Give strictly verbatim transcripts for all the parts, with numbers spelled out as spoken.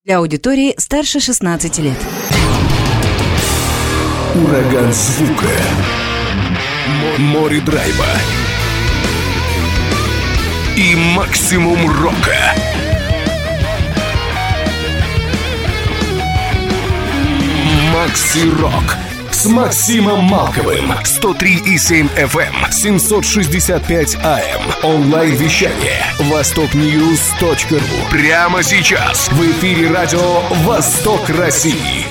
Для аудитории старше шестнадцати лет. Ураган звука. Море драйва. И максимум рока. Макси Рок с Максимом Малковым. сто три и семь эф эм, семьсот шестьдесят пять а эм. Онлайн-вещание восток ньюс точка ру. Прямо сейчас в эфире радио «Восток России».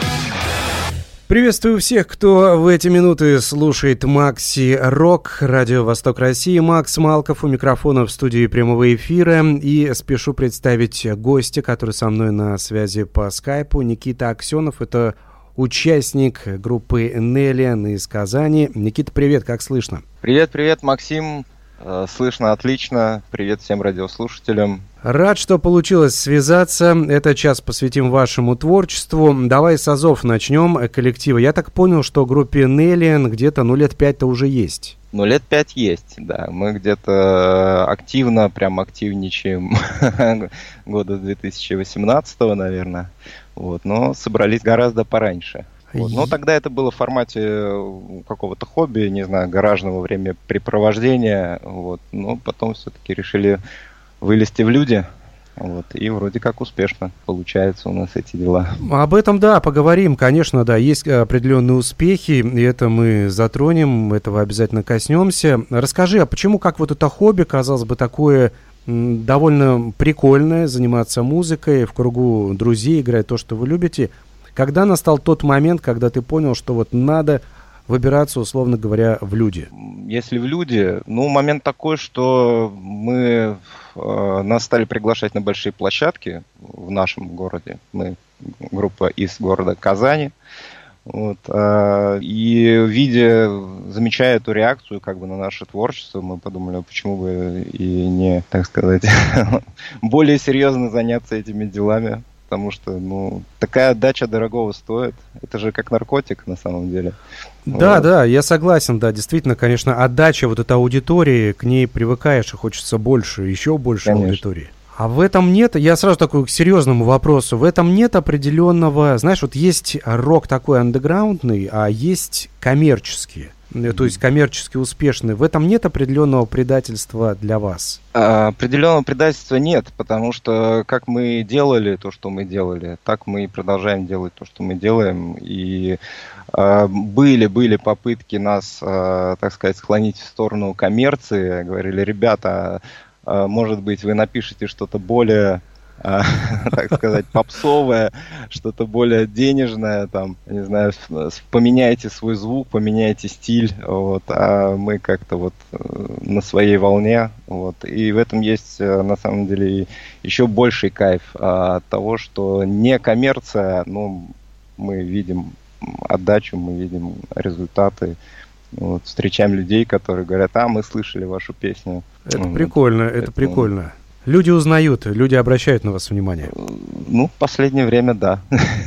Приветствую всех, кто в эти минуты слушает Макси Рок, радио «Восток России». Макс Малков у микрофона в студии прямого эфира. И спешу представить гостя, который со мной на связи по скайпу. Никита Аксенов, это участник группы Неллиан из Казани. Никита, привет, как слышно? Привет, привет, Максим. Слышно отлично. Привет всем радиослушателям. Рад, что получилось связаться. Этот час посвятим вашему творчеству. Давай с азов начнем, коллектива. Я так понял, что группе Неллиан где-то, ну, лет пять-то уже есть. Ну, лет пять есть, да. Мы где-то активно, прям активничаем года две тысячи восемнадцатого, наверное. Вот, но собрались гораздо пораньше. Вот. Но тогда это было в формате какого-то хобби, не знаю, гаражного времяпрепровождения. Вот. Но потом все-таки решили вылезти в люди. Вот. И вроде как успешно получаются у нас эти дела. Об этом, да, поговорим. Конечно, да, есть определенные успехи, и это мы затронем, этого обязательно коснемся. Расскажи, а почему, как вот это хобби, казалось бы, такое довольно прикольное, заниматься музыкой, в кругу друзей, играть то, что вы любите. Когда настал тот момент, когда ты понял, что вот надо выбираться, условно говоря, в люди? Если в люди, ну, момент такой, что мы, э, нас стали приглашать на большие площадки в нашем городе. Мы группа из города Казани. Вот, э, и видя, замечая эту реакцию как бы на наше творчество, мы подумали, почему бы и не, так сказать, более серьезно заняться этими делами. Потому что, ну, такая отдача дорогого стоит. Это же как наркотик, на самом деле. Да, вот. Да, я согласен, да, действительно, конечно, отдача вот этой аудитории, к ней привыкаешь, и хочется больше, еще больше Конечно. Аудитории. А в этом нет, я сразу такой к серьезному вопросу, в этом нет определенного, знаешь, вот есть рок такой андеграундный, а есть коммерческие. То есть коммерчески успешные. В этом нет определенного предательства для вас? А, определенного предательства нет, потому что как мы делали то, что мы делали, так мы и продолжаем делать то, что мы делаем. И а, были, были попытки нас, а, так сказать, склонить в сторону коммерции. Говорили, ребята, а, может быть, вы напишите что-то более... так сказать, попсовое, что-то более денежное, там, не знаю, поменяйте свой звук, поменяйте стиль, вот, а мы как-то вот на своей волне, вот, и в этом есть, на самом деле, еще больший кайф от того, что не коммерция, но мы видим отдачу, мы видим результаты, вот, встречаем людей, которые говорят, а, мы слышали вашу песню. Это вот. Прикольно, это Поэтому... прикольно. Люди узнают, люди обращают на вас внимание. Ну, в последнее время, да.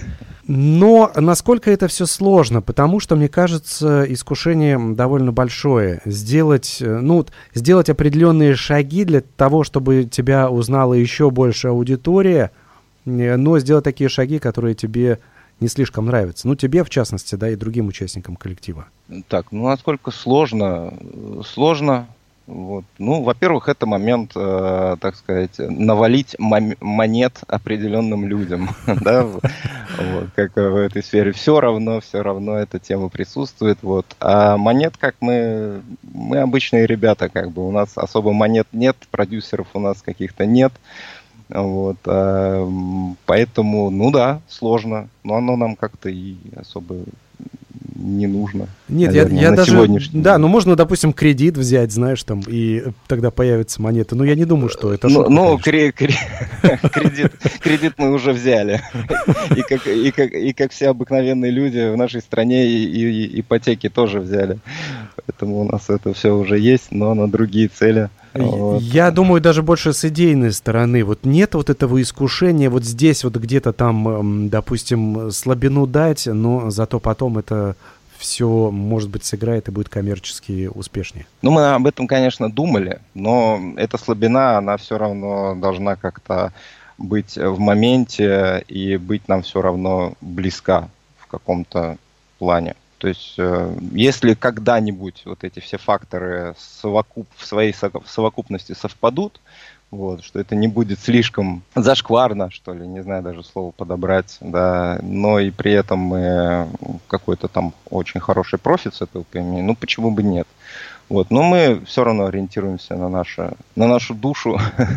Но насколько это все сложно, потому что, мне кажется, искушение довольно большое. Сделать, ну, сделать определенные шаги для того, чтобы тебя узнала еще больше аудитория, но сделать такие шаги, которые тебе не слишком нравятся. Ну, тебе, в частности, да, и другим участникам коллектива. Так, ну, насколько сложно? Сложно. Вот. Ну, во-первых, это момент, э, так сказать, навалить мом- монет определенным людям, да, вот, как в этой сфере. Все равно, все равно эта тема присутствует, вот. А монет, как мы, мы обычные ребята, как бы, у нас особо монет нет, продюсеров у нас каких-то нет, вот, а, поэтому, ну да, сложно, но оно нам как-то и особо не нужно. Нет, наверное, я, я даже... Да, ну можно, допустим, кредит взять, знаешь, там, и тогда появятся монеты. Но я не думаю, что это шутка. Ну, кредит, кредит мы уже взяли. И как, и, как, и как все обыкновенные люди в нашей стране и, и ипотеки тоже взяли. Поэтому у нас это все уже есть, но на другие цели. Вот. Я думаю, даже больше с идейной стороны. Вот нет вот этого искушения вот здесь вот где-то там, допустим, слабину дать, но зато потом это все, может быть, сыграет и будет коммерчески успешнее. Ну, мы об этом, конечно, думали, но эта слабина, она все равно должна как-то быть в моменте и быть нам все равно близка в каком-то плане. То есть, если когда-нибудь вот эти все факторы совокуп, в своей совокупности совпадут, вот, что это не будет слишком зашкварно, что ли, не знаю даже слово подобрать, да, но и при этом мы какой-то там очень хороший профит с этого поимеем, ну почему бы нет. Вот, но мы все равно ориентируемся на, наше, на нашу душу,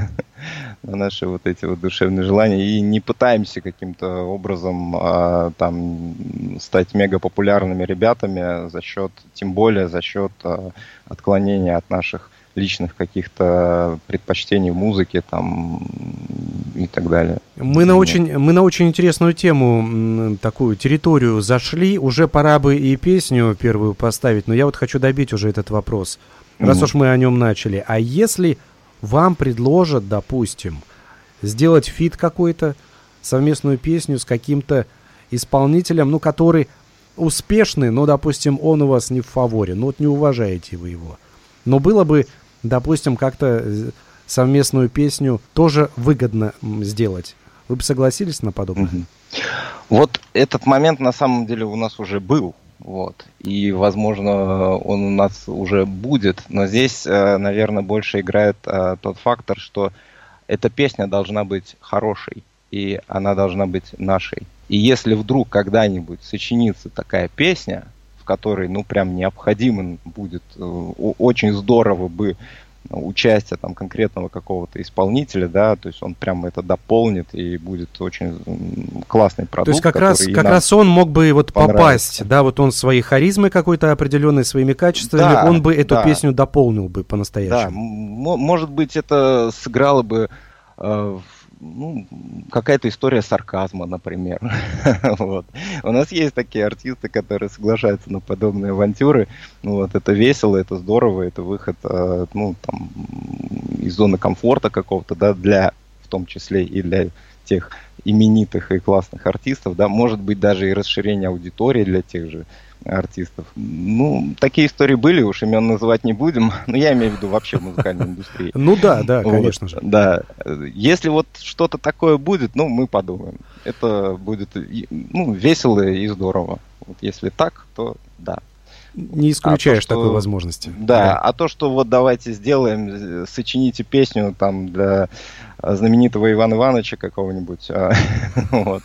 на наши вот эти вот душевные желания и не пытаемся каким-то образом а, там стать мегапопулярными ребятами за счет, тем более за счет а, отклонения от наших личных каких-то предпочтений в музыке там и так далее. Мы на очень, мы на очень интересную тему, такую территорию зашли. Уже пора бы и песню первую поставить, но я вот хочу добить уже этот вопрос, раз mm-hmm. уж мы о нем начали. А если вам предложат, допустим, сделать фит какой-то, совместную песню с каким-то исполнителем, ну, который успешный, но, допустим, он у вас не в фаворе, ну, вот не уважаете вы его, но было бы, допустим, как-то совместную песню тоже выгодно сделать. Вы бы согласились на подобное? Mm-hmm. Вот этот момент на самом деле у нас уже был. Вот. И, возможно, он у нас уже будет. Но здесь, наверное, больше играет тот фактор, что эта песня должна быть хорошей. И она должна быть нашей. И если вдруг когда-нибудь сочинится такая песня, в которой, ну, прям необходимо будет, очень здорово бы участие там конкретного какого-то исполнителя, да, то есть он прямо это дополнит и будет очень классный продукт. То есть как раз, как раз он мог бы вот попасть, да, вот он своей харизмой какой-то определенной, своими качествами, да, он бы эту да. песню дополнил бы по-настоящему. Да, м- может быть, это сыграло бы э, ну, какая-то история сарказма, например. Вот. У нас есть такие артисты, которые соглашаются на подобные авантюры. Вот. Это весело, это здорово, это выход ну, там, из зоны комфорта какого-то, да, для, в том числе и для тех именитых и классных артистов, да, может быть, даже и расширение аудитории для тех же артистов. Ну, такие истории были, уж имен называть не будем, но я имею в виду вообще в музыкальной индустрии. Ну да, да, конечно же. Да, если вот что-то такое будет, ну, мы подумаем. Это будет, ну, весело и здорово. Вот если так, то да. Не исключаешь а то, что, такой возможности. Да, да, а то, что вот давайте сделаем, сочините песню там для знаменитого Ивана Ивановича какого-нибудь, вот.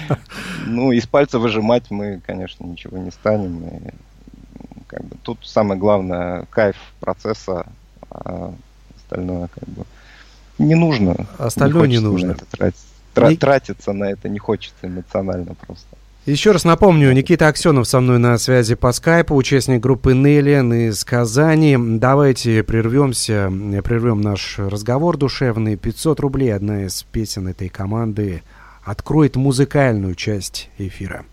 Ну, из пальца выжимать мы, конечно, ничего не станем. И, как бы, тут самое главное кайф процесса, а остальное как бы не нужно. Остальное не, не нужно. На это тратить. Тра- не... Тратиться на это не хочется эмоционально просто. Еще раз напомню, Никита Аксенов со мной на связи по скайпу, участник группы Неллиан из Казани. Давайте прервемся, прервем наш разговор душевный. пятьсот рублей, одна из песен этой команды, откроет музыкальную часть эфира.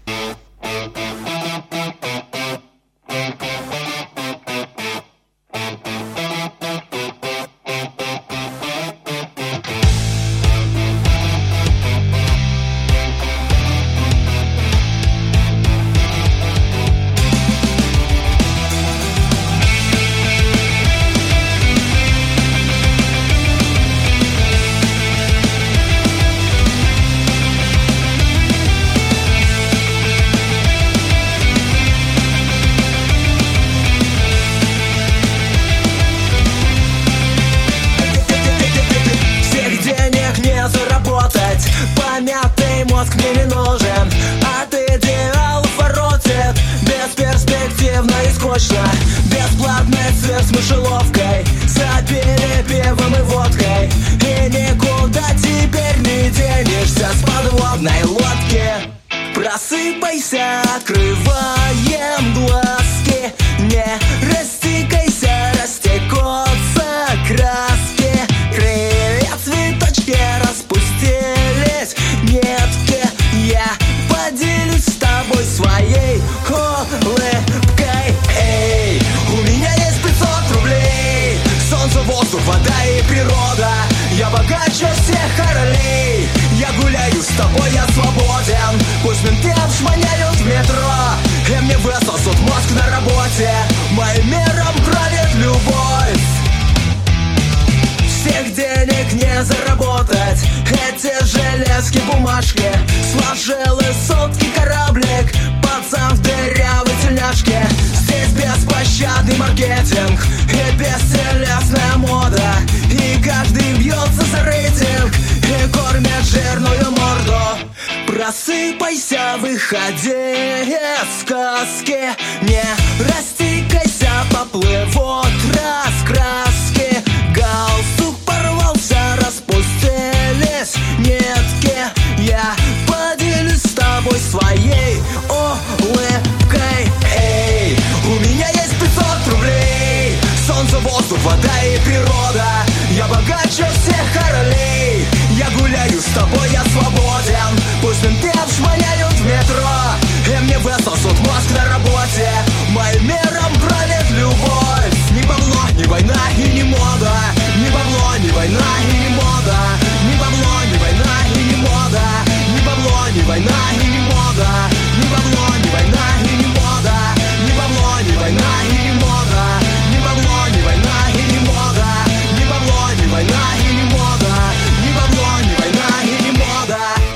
Просыпайся, открываем глазки, не растекайся, растекутся краски. Крылья, цветочки распустились, нетки. Я поделюсь с тобой своей улыбкой. Эй, у меня есть пятьсот рублей, солнце, воздух, вода и природа. Я богаче всех королей, я гуляю с тобой рассыпайся, выходи из сказки. Не растекайся, поплывут раскраски. Галстук порвался, распустились нитки. Я поделюсь с тобой своей улыбкой. Эй, у меня есть пятьсот рублей. Солнце, воздух, вода и природа. Я богаче всех королей. Я гуляю с тобой, я свободен. Пусть менты обшмоняют в метро и мне высосут мозг на работе. Моим миром правит любовь. Ни бабло, ни война и ни мода. Ни бабло, ни война и ни мода. Ни бабло, ни война и ни мода. Ни бабло, ни война и ни мода. Ни бабло, ни война и ни мода. Ни бабло, ни война и ни мода. Ни бабло, ни война и ни мода. Ни бабло, ни война и ни мода. Ни бабло, ни война и ни мода.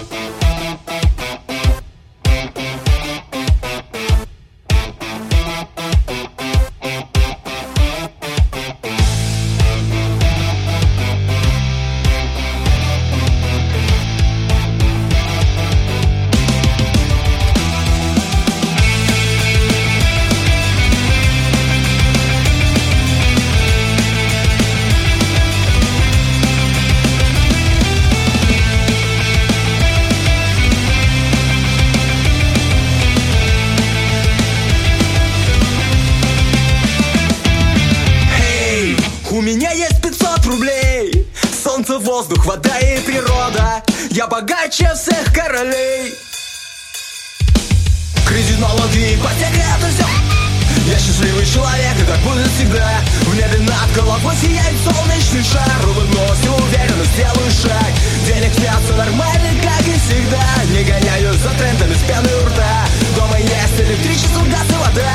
У меня есть пятьсот рублей. Солнце, воздух, вода и природа. Я богаче всех королей. Кредит, налоги, ипотека, это все. Я счастливый человек, и так будет всегда. В небе над головой сияет солнечный шар. Улыбнулась и уверенно сделаю шаг. Денег нет, все нормально, как и всегда. Не гоняюсь за трендами с пеной у рта. Дома есть электричество, газ и вода.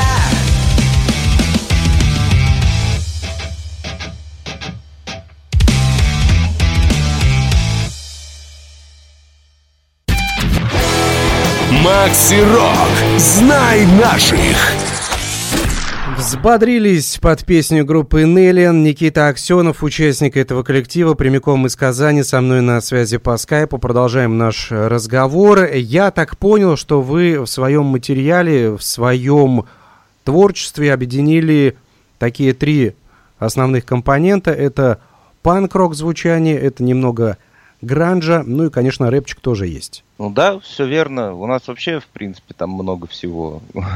Макси Рок. Знай наших. Взбодрились под песню группы Неллиан. Никита Аксенов, участник этого коллектива, прямиком из Казани, со мной на связи по скайпу. Продолжаем наш разговор. Я так понял, что вы в своем материале, в своем творчестве объединили такие три основных компонента. Это панк-рок звучание, это немного гранжа, ну и, конечно, рэпчик тоже есть. Ну да, все верно. У нас вообще, в принципе, там много всего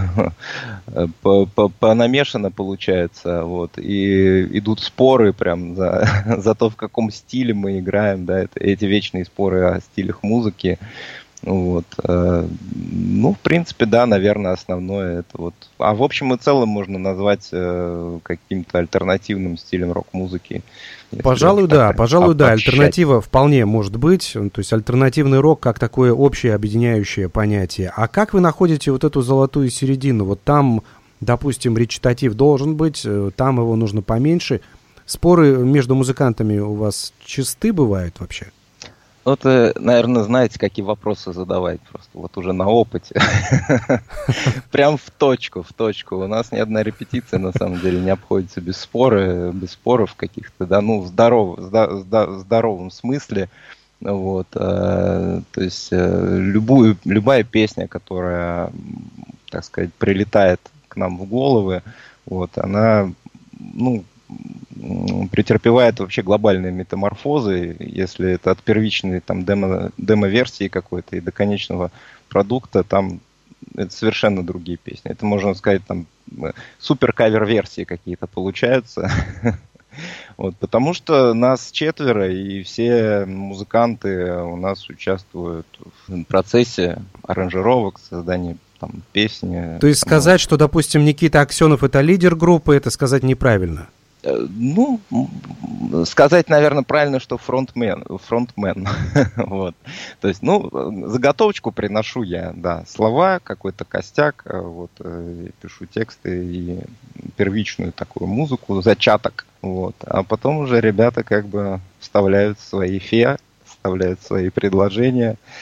понамешано получается. Вот. И идут споры прям за, за то, в каком стиле мы играем. Да, это, эти вечные споры о стилях музыки. Вот. Ну, в принципе, да, наверное, основное это вот. А в общем и целом можно назвать каким-то альтернативным стилем рок-музыки. Пожалуй, да, пожалуй, да, альтернатива вполне может быть, то есть альтернативный рок как такое общее объединяющее понятие. А как вы находите вот эту золотую середину? Вот там, допустим, речитатив должен быть, там его нужно поменьше. Споры между музыкантами у вас чисты бывают вообще? Вот, наверное, знаете, какие вопросы задавать просто, вот уже на опыте. Прям в точку, в точку. У нас ни одна репетиция, на самом деле, не обходится без спора, без споров каких-то, да, ну, в здоров, в здоровом смысле. Вот, то есть любую, любая песня, которая, так сказать, прилетает к нам в головы, вот, она, ну, претерпевает вообще глобальные метаморфозы, если это от первичной там демо, демо-версии какой-то и до конечного продукта, там это совершенно другие песни. Это, можно сказать, там супер кавер-версии какие-то получаются. Вот, потому что нас четверо, и все музыканты у нас участвуют в процессе аранжировок, создания там песни. То есть сказать, что, допустим, Никита Аксенов это лидер группы, это сказать неправильно? Ну, сказать, наверное, правильно, что фронтмен, фронтмен. Вот. То есть, ну, заготовочку приношу я, да, слова, какой-то костяк, вот, пишу тексты и первичную такую музыку, зачаток, вот, а потом уже ребята как бы вставляют свои фе, вставляют свои предложения,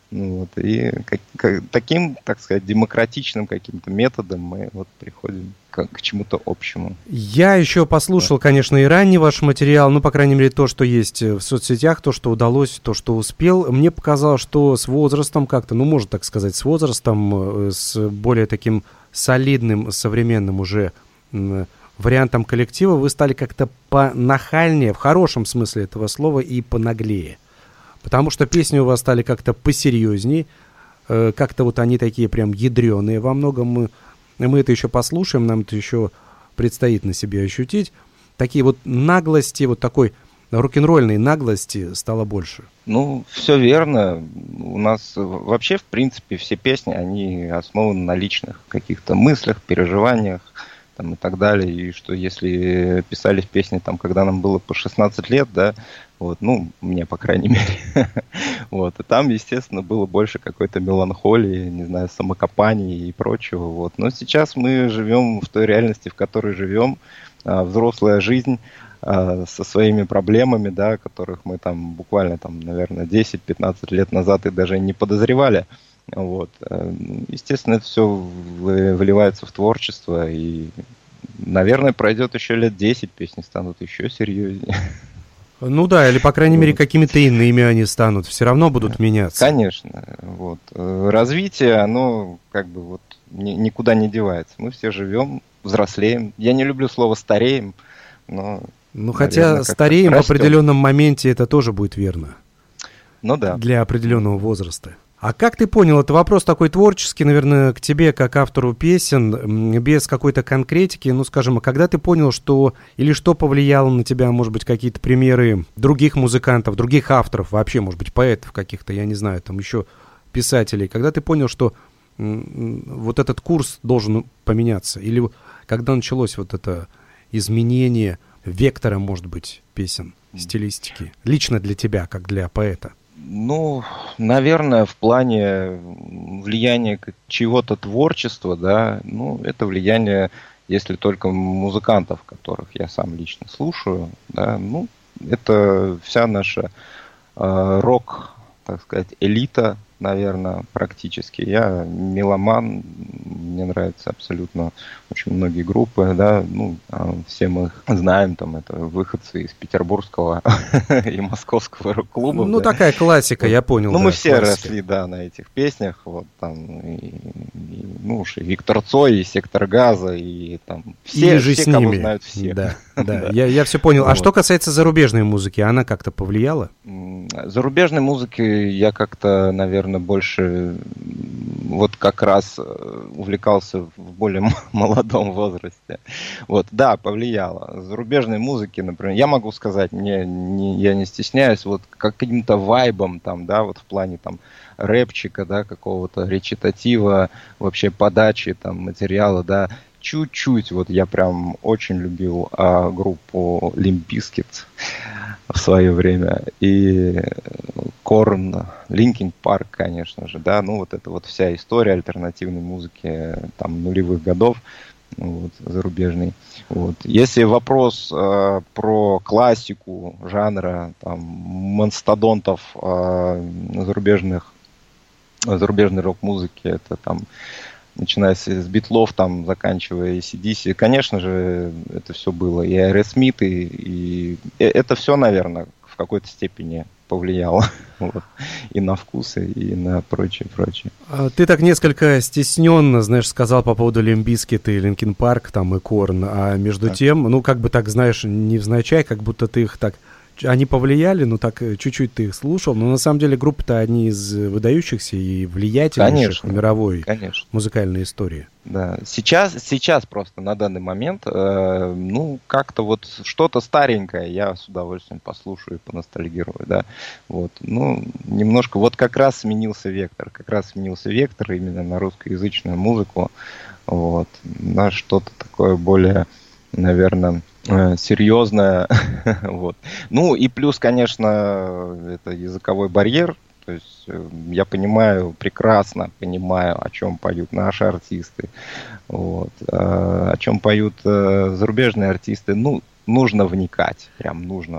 Ну, вот, и как, как, таким, так сказать, демократичным каким-то методом мы вот приходим к, к чему-то общему. Я еще послушал, да. конечно, и ранний ваш материал, ну, по крайней мере, то, что есть в соцсетях, то, что удалось, то, что успел. Мне показалось, что с возрастом как-то, ну, можно так сказать, с возрастом, с более таким солидным, современным уже вариантом коллектива вы стали как-то понахальнее, в хорошем смысле этого слова, и понаглее. Потому что песни у вас стали как-то посерьезней, э, как-то вот они такие прям ядреные во многом. Мы, мы это еще послушаем, нам это еще предстоит на себе ощутить. Такие вот наглости, вот такой рок-н-ролльной наглости стало больше. Ну, все верно. У нас вообще, в принципе, все песни, они основаны на личных каких-то мыслях, переживаниях там, и так далее. И что если писались песни, там, когда нам было по шестнадцать лет, да, вот, ну, мне, по крайней мере, вот, и там, естественно, было больше какой-то меланхолии, не знаю, самокопаний и прочего, вот. Но сейчас мы живем в той реальности, в которой живем, а, взрослая жизнь а, со своими проблемами, да, которых мы там буквально, там, наверное, десять-пятнадцать лет назад и даже не подозревали, вот. Естественно, это все выливается в творчество, и, наверное, пройдет еще лет десять, песни станут еще серьезнее. Ну да, или, по крайней мере, какими-то иными они станут, все равно будут меняться. Конечно. Вот. Развитие, оно как бы вот никуда не девается. Мы все живем, взрослеем. Я не люблю слово «стареем», но... Ну, хотя наверное, стареем в определенном моменте это тоже будет верно. Ну да. Для определенного возраста. А как ты понял, это вопрос такой творческий, наверное, к тебе, как автору песен, без какой-то конкретики, ну, скажем, а когда ты понял, что, или что повлияло на тебя, может быть, какие-то примеры других музыкантов, других авторов, вообще, может быть, поэтов каких-то, я не знаю, там еще писателей, когда ты понял, что м- вот этот курс должен поменяться, или когда началось вот это изменение вектора, может быть, песен, стилистики, лично для тебя, как для поэта? Ну, наверное, в плане влияния чего-то творчества, да, ну, это влияние, если только музыкантов, которых я сам лично слушаю, да, ну, это вся наша э, рок, так сказать, элита, наверное, практически. Я меломан, мне нравятся абсолютно очень многие группы, да, ну, все мы их знаем, там, это выходцы из петербургского и московского рок-клуба. Ну, да. Такая классика, я понял. Ну, да, мы все классика. росли, да, на этих песнях, вот, там, и, и, ну, уж и Виктор Цой, и Сектор Газа, и там, все, и же все с кого ними. знают все. Да, да, я, я все понял. А Вот. что касается зарубежной музыки, она как-то повлияла? Зарубежной музыки я как-то, наверное, больше вот как раз увлекался в более молодом возрасте. Вот, да, повлияло. Зарубежной музыки, например, я могу сказать, не, не, я не стесняюсь, вот каким-то вайбом там, да, вот в плане там рэпчика, да, какого-то речитатива, вообще подачи там материала, да, чуть-чуть, вот я прям очень любил а, группу Limp Bizkit в свое время, и Korn, Linkin Park, конечно же, да, ну вот это вот вся история альтернативной музыки там нулевых годов, вот, зарубежной. Вот. Если вопрос э, про классику жанра, там, мастодонтов э, зарубежных, зарубежной рок-музыки, это там начиная с, с Битлов, там, заканчивая эй си ди си, конечно же, это все было. И Aerosmith, и, и это все, наверное, в какой-то степени повлияло. Вот. И на вкусы, и на прочее, прочее. Ты так несколько стесненно, знаешь, сказал по поводу Limp Bizkit и Linkin Park, там, и Korn, а между так. тем, ну, как бы так, знаешь, невзначай, как будто ты их так... Они повлияли, ну так чуть-чуть ты их слушал, но на самом деле группа-то одни из выдающихся и влиятельнейших в мировой конечно. музыкальной истории. Да, сейчас, сейчас просто на данный момент, э, ну как-то вот что-то старенькое я с удовольствием послушаю и поностальгирую, да, вот, ну немножко, вот как раз сменился вектор, как раз сменился вектор именно на русскоязычную музыку, вот, на что-то такое более, наверное, серьезная, вот. Ну и плюс, конечно, это языковой барьер, то есть я понимаю, прекрасно понимаю, о чем поют наши артисты, вот. О чем поют зарубежные артисты, ну, нужно вникать, прям нужно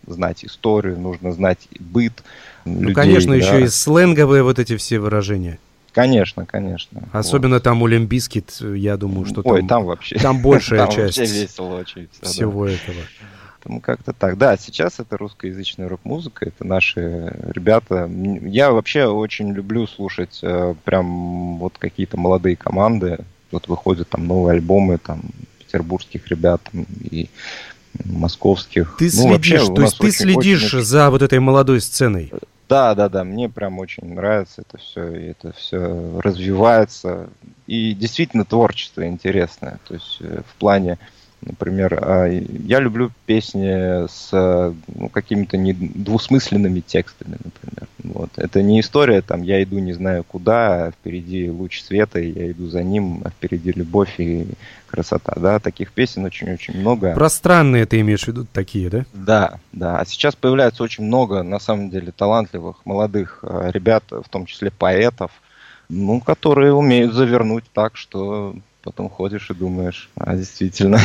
знать историю, нужно знать быт Ну, людей, конечно, да. еще и сленговые вот эти все выражения. Конечно, конечно. Особенно вот. там у Лимп Бизкит, я думаю, что Ой, там, там вообще. там большая там часть вообще весело очень все, всего да. этого. Ну, как-то так. Да, сейчас это русскоязычная рок-музыка, это наши ребята. Я вообще очень люблю слушать э, прям вот какие-то молодые команды. Вот выходят там новые альбомы там петербургских ребят там, и московских. Ты Ну, следишь, вообще, у то нас есть ты очень- следишь очень- за вот этой молодой сценой. Да, да, да, мне прям очень нравится это все, и это все развивается. И действительно творчество интересное. То есть э, в плане, например, э, я люблю песни с э, ну, какими-то не двусмысленными текстами, например. Вот. Это не история, там, я иду не знаю куда, а впереди луч света, и я иду за ним, а впереди любовь и красота. Да, таких песен очень-очень много. Пространные ты имеешь в виду такие, да? Да, да. А сейчас появляется очень много, на самом деле, талантливых, молодых э, ребят, в том числе поэтов, ну, которые умеют завернуть так, что потом ходишь и думаешь, а действительно.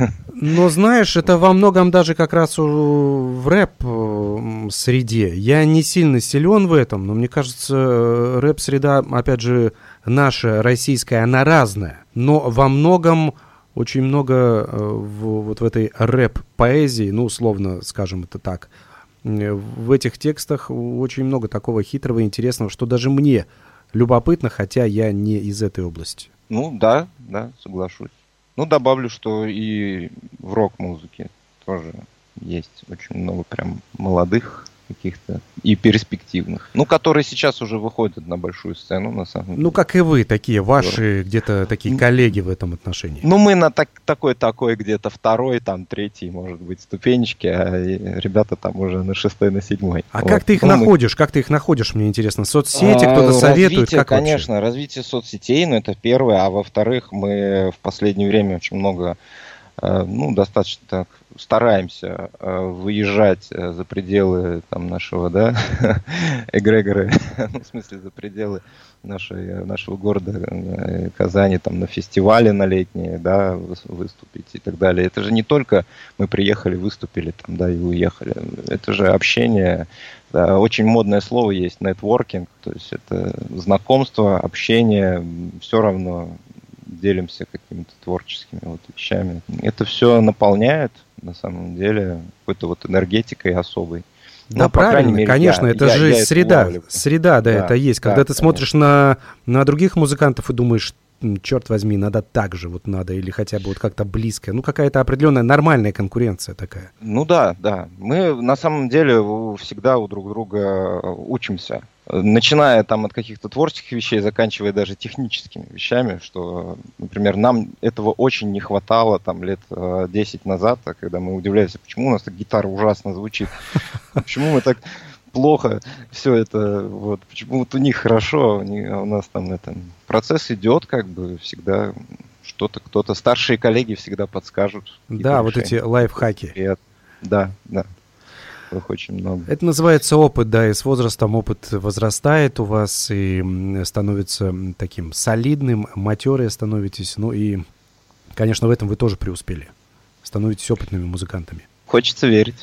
Но знаешь, это во многом даже как раз у- в рэп-среде. Я не сильно силен в этом, но мне кажется, рэп-среда, опять же, наша российская, она разная. Но во многом, очень много э, в, вот в этой рэп-поэзии, ну, условно, скажем это так, э, в этих текстах очень много такого хитрого и интересного, что даже мне любопытно, хотя я не из этой области. Ну, да, да, соглашусь. Ну, добавлю, что и в рок-музыке тоже есть очень много прям молодых каких-то и перспективных. Ну, которые сейчас уже выходят на большую сцену, на самом деле. Ну, как и вы, такие ваши где-то такие коллеги в этом отношении. Ну, мы на так, такой-такой где-то второй, там, третий, может быть, ступенечки, а ребята там уже на шестой, на седьмой. А Вот. как ты их Ну, мы- находишь? Как ты их находишь, мне интересно. Соцсети, А, кто-то советует? развитие, Как вообще? конечно, развитие соцсетей, ну, это первое. А во-вторых, мы в последнее время очень много, э, ну, достаточно так, стараемся э, выезжать э, за пределы там нашего, да, эгрегора, ну, в смысле, за пределы нашей, нашего города э, Казани, там, на фестивале на летние, да, выс- выступить и так далее. Это же не только мы приехали, выступили там, да, и уехали. Это же общение. Да, очень модное слово есть, нетворкинг, то есть это знакомство, общение, все равно делимся какими-то творческими вот вещами. Это все наполняет, на самом деле, какой-то вот энергетикой особой. Да, Ну, по крайней правильно, мере, конечно, я- это я- же я это среда. улавливаю. Среда, да, Да, это есть. да, Когда ты конечно. смотришь на, на других музыкантов и думаешь, черт возьми, надо так же вот надо, или хотя бы вот как-то близко. Ну, какая-то определенная нормальная конкуренция такая. Ну да, да. Мы на самом деле у- всегда у друг друга учимся. Начиная там от каких-то творческих вещей, заканчивая даже техническими вещами, что, например, нам этого очень не хватало там лет э, десять назад, а когда мы удивлялись, почему у нас так гитара ужасно звучит, почему мы так плохо все это, вот, почему вот у них хорошо, у них- а у нас там это... Процесс идет, как бы, всегда что-то, кто-то, старшие коллеги всегда подскажут. какие-то Да, вот эти решения. лайфхаки. И от- Да, да. Их очень много. Это называется опыт, да, и с возрастом опыт возрастает у вас и м, становится м, таким солидным, матерые становитесь. Ну и, конечно, в этом вы тоже преуспели. Становитесь опытными музыкантами. Хочется верить.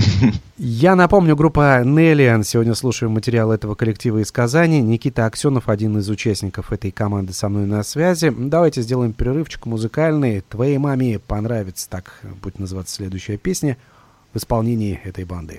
Я напомню, группа Nelian. Сегодня слушаем материал этого коллектива из Казани. Никита Аксенов, один из участников этой команды, со мной на связи. Давайте сделаем перерывчик музыкальный. «Твоей маме понравится», так будет называться следующая песня в исполнении этой банды.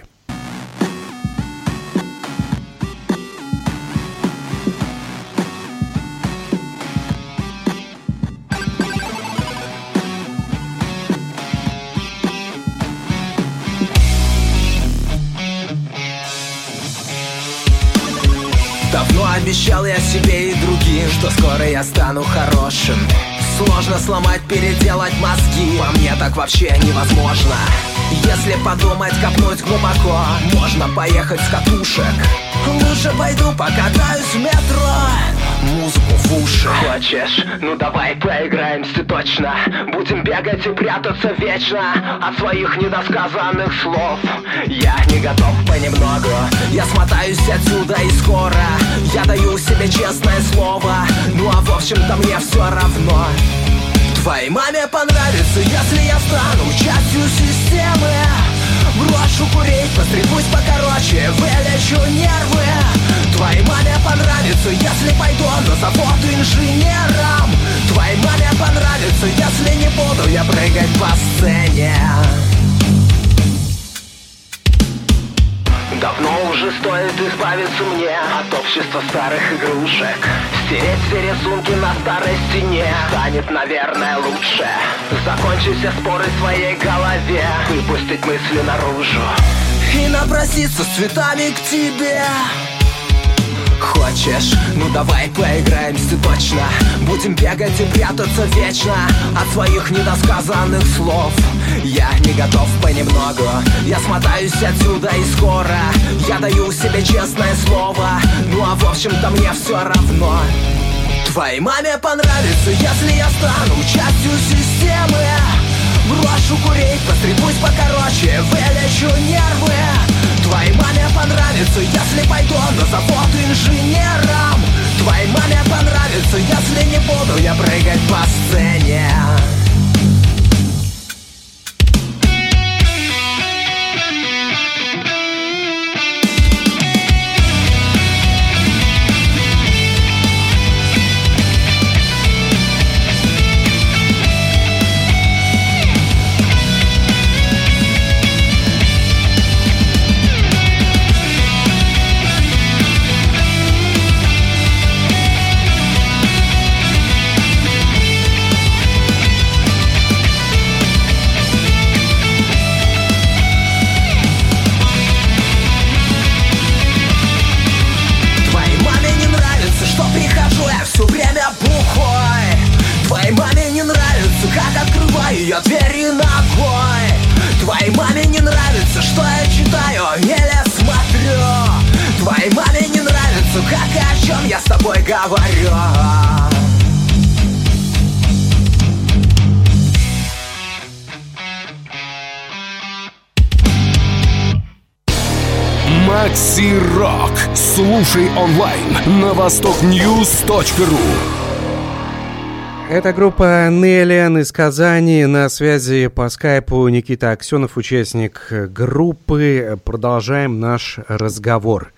Давно обещал я себе и другим, что скоро я стану хорошим. Сложно сломать, переделать мозги, по мне так вообще невозможно. Если подумать, копнуть глубоко, можно поехать с катушек. Лучше пойду покатаюсь в метро, музыку в уши. Хочешь? Ну давай поиграемся точно. Будем бегать и прятаться вечно от своих недосказанных слов. Я не готов понемногу, я смотаюсь отсюда и скоро. Я даю себе честное слово, ну а в общем-то мне все равно. Твоей маме понравится, если я стану частью системы. В Брошу курить, постригусь покороче, вылечу нервы. Твоей маме понравится, если пойду на завод инженером. Твоей маме понравится, если не буду я прыгать по сцене. Давно уже стоит избавиться мне от общества старых игрушек. Стереть все рисунки на старой стене станет, наверное, лучше. Закончить все споры в своей голове, выпустить мысли наружу и напроситься с цветами к тебе. Хочешь? Ну давай поиграемся точно. Будем бегать и прятаться вечно от своих недосказанных слов. Я не готов понемногу, я смотаюсь отсюда и скоро. Я даю себе честное слово, ну а в общем-то мне все равно. Твоей маме понравится, если я стану частью системы. Брошу курить, постригусь покороче, вылечу нервы. Твоей маме понравится, если пойду на завод инженером. Твоей маме понравится, если не буду я прыгать по сцене. Ее двери ногой. Твоей маме не нравится, что я читаю или смотрю. Твоей маме не нравится, как и о чем я с тобой говорю. Макси Рок. Слушай онлайн на восток ньюс точка ру. Это группа Неллиан из Казани. На связи по скайпу Никита Аксенов, участник группы. Продолжаем наш разговор.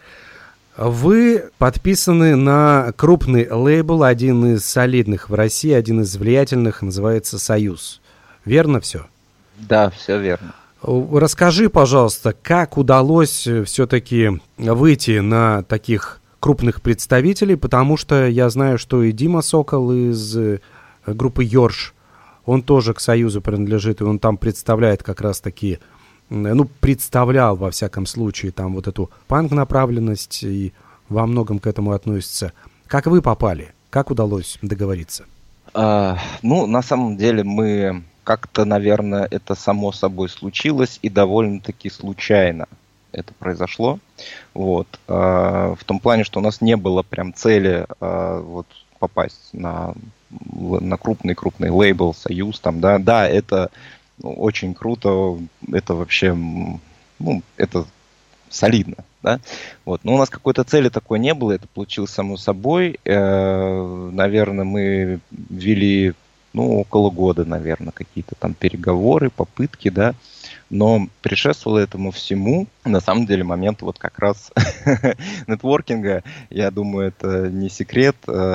Вы подписаны на крупный лейбл, один из солидных в России, один из влиятельных, называется «Союз». Верно все? Да, все верно. Расскажи, пожалуйста, как удалось все-таки выйти на таких крупных представителей, потому что я знаю, что и Дима Сокол из группы «Йорш», он тоже к «Союзу» принадлежит, и он там представляет как раз-таки, ну, представлял, во всяком случае, там вот эту панк-направленность, и во многом к этому относится. Как вы попали? Как удалось договориться? А, ну, на самом деле мы как-то, наверное, это само собой случилось, и довольно-таки случайно это произошло. Вот. А, в том плане, что у нас не было прям цели а, вот, попасть на, на крупный-крупный лейбл, «Союз». Там, да. да, это очень круто, это вообще, ну, это солидно. Да? Вот. Но у нас какой-то цели такой не было, это получилось само собой. Э, наверное, мы вели, ну, около года, наверное, какие-то там переговоры, попытки, да. Но предшествовало этому всему, на самом деле, момент вот как раз нетворкинга. Я думаю, это не секрет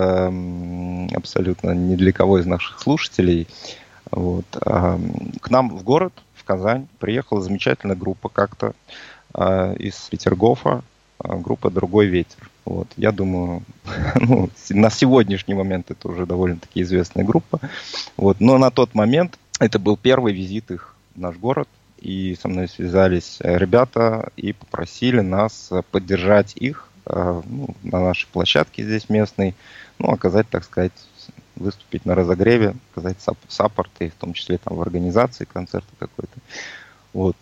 э, абсолютно ни для кого из наших слушателей. Вот. Э, к нам в город, в Казань, приехала замечательная группа как-то э, из Петергофа, э, группа «Другой ветер». Вот. Я думаю, ну, на сегодняшний момент это уже довольно-таки известная группа. Вот. Но на тот момент это был первый визит их в наш город. И со мной связались ребята и попросили нас поддержать их ну, на нашей площадке здесь местной, ну, оказать, так сказать, выступить на разогреве, оказать саппорт, и в том числе там в организации концерта какой-то. Вот.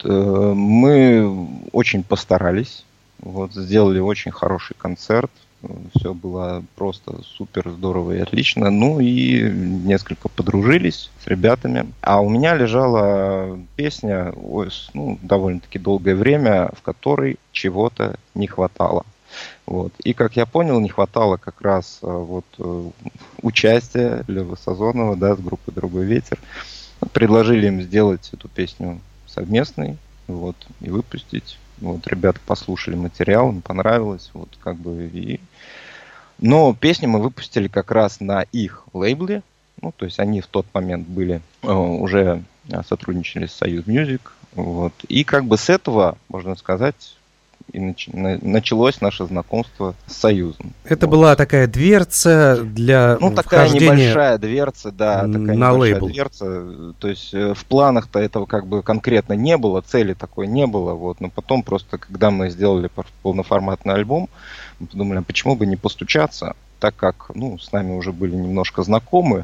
Мы очень постарались, вот, сделали очень хороший концерт. Все было просто супер здорово и отлично. Ну и несколько подружились с ребятами. А у меня лежала песня, ну, довольно-таки долгое время, в которой чего-то не хватало. Вот. И, как я понял, не хватало как раз вот, участия Лёвы Сазонова, да, с группой «Другой ветер». Предложили им сделать эту песню совместной. вот, и выпустить. Вот, ребята послушали материал, им понравилось, вот, как бы, и... Но песни мы выпустили как раз на их лейбле, ну, то есть они в тот момент были, уже сотрудничали с Союз Мьюзик, вот, и как бы с этого, можно сказать, и нач... началось наше знакомство с Союзом. Это вот. Была такая дверца для Ну, такая вхождения небольшая дверца, да, такая на небольшая лейбл. дверца. То есть в планах-то этого как бы конкретно не было, цели такой не было. Вот. Но потом просто, когда мы сделали полноформатный альбом, мы подумали, а почему бы не постучаться, так как, ну, с нами уже были немножко знакомы.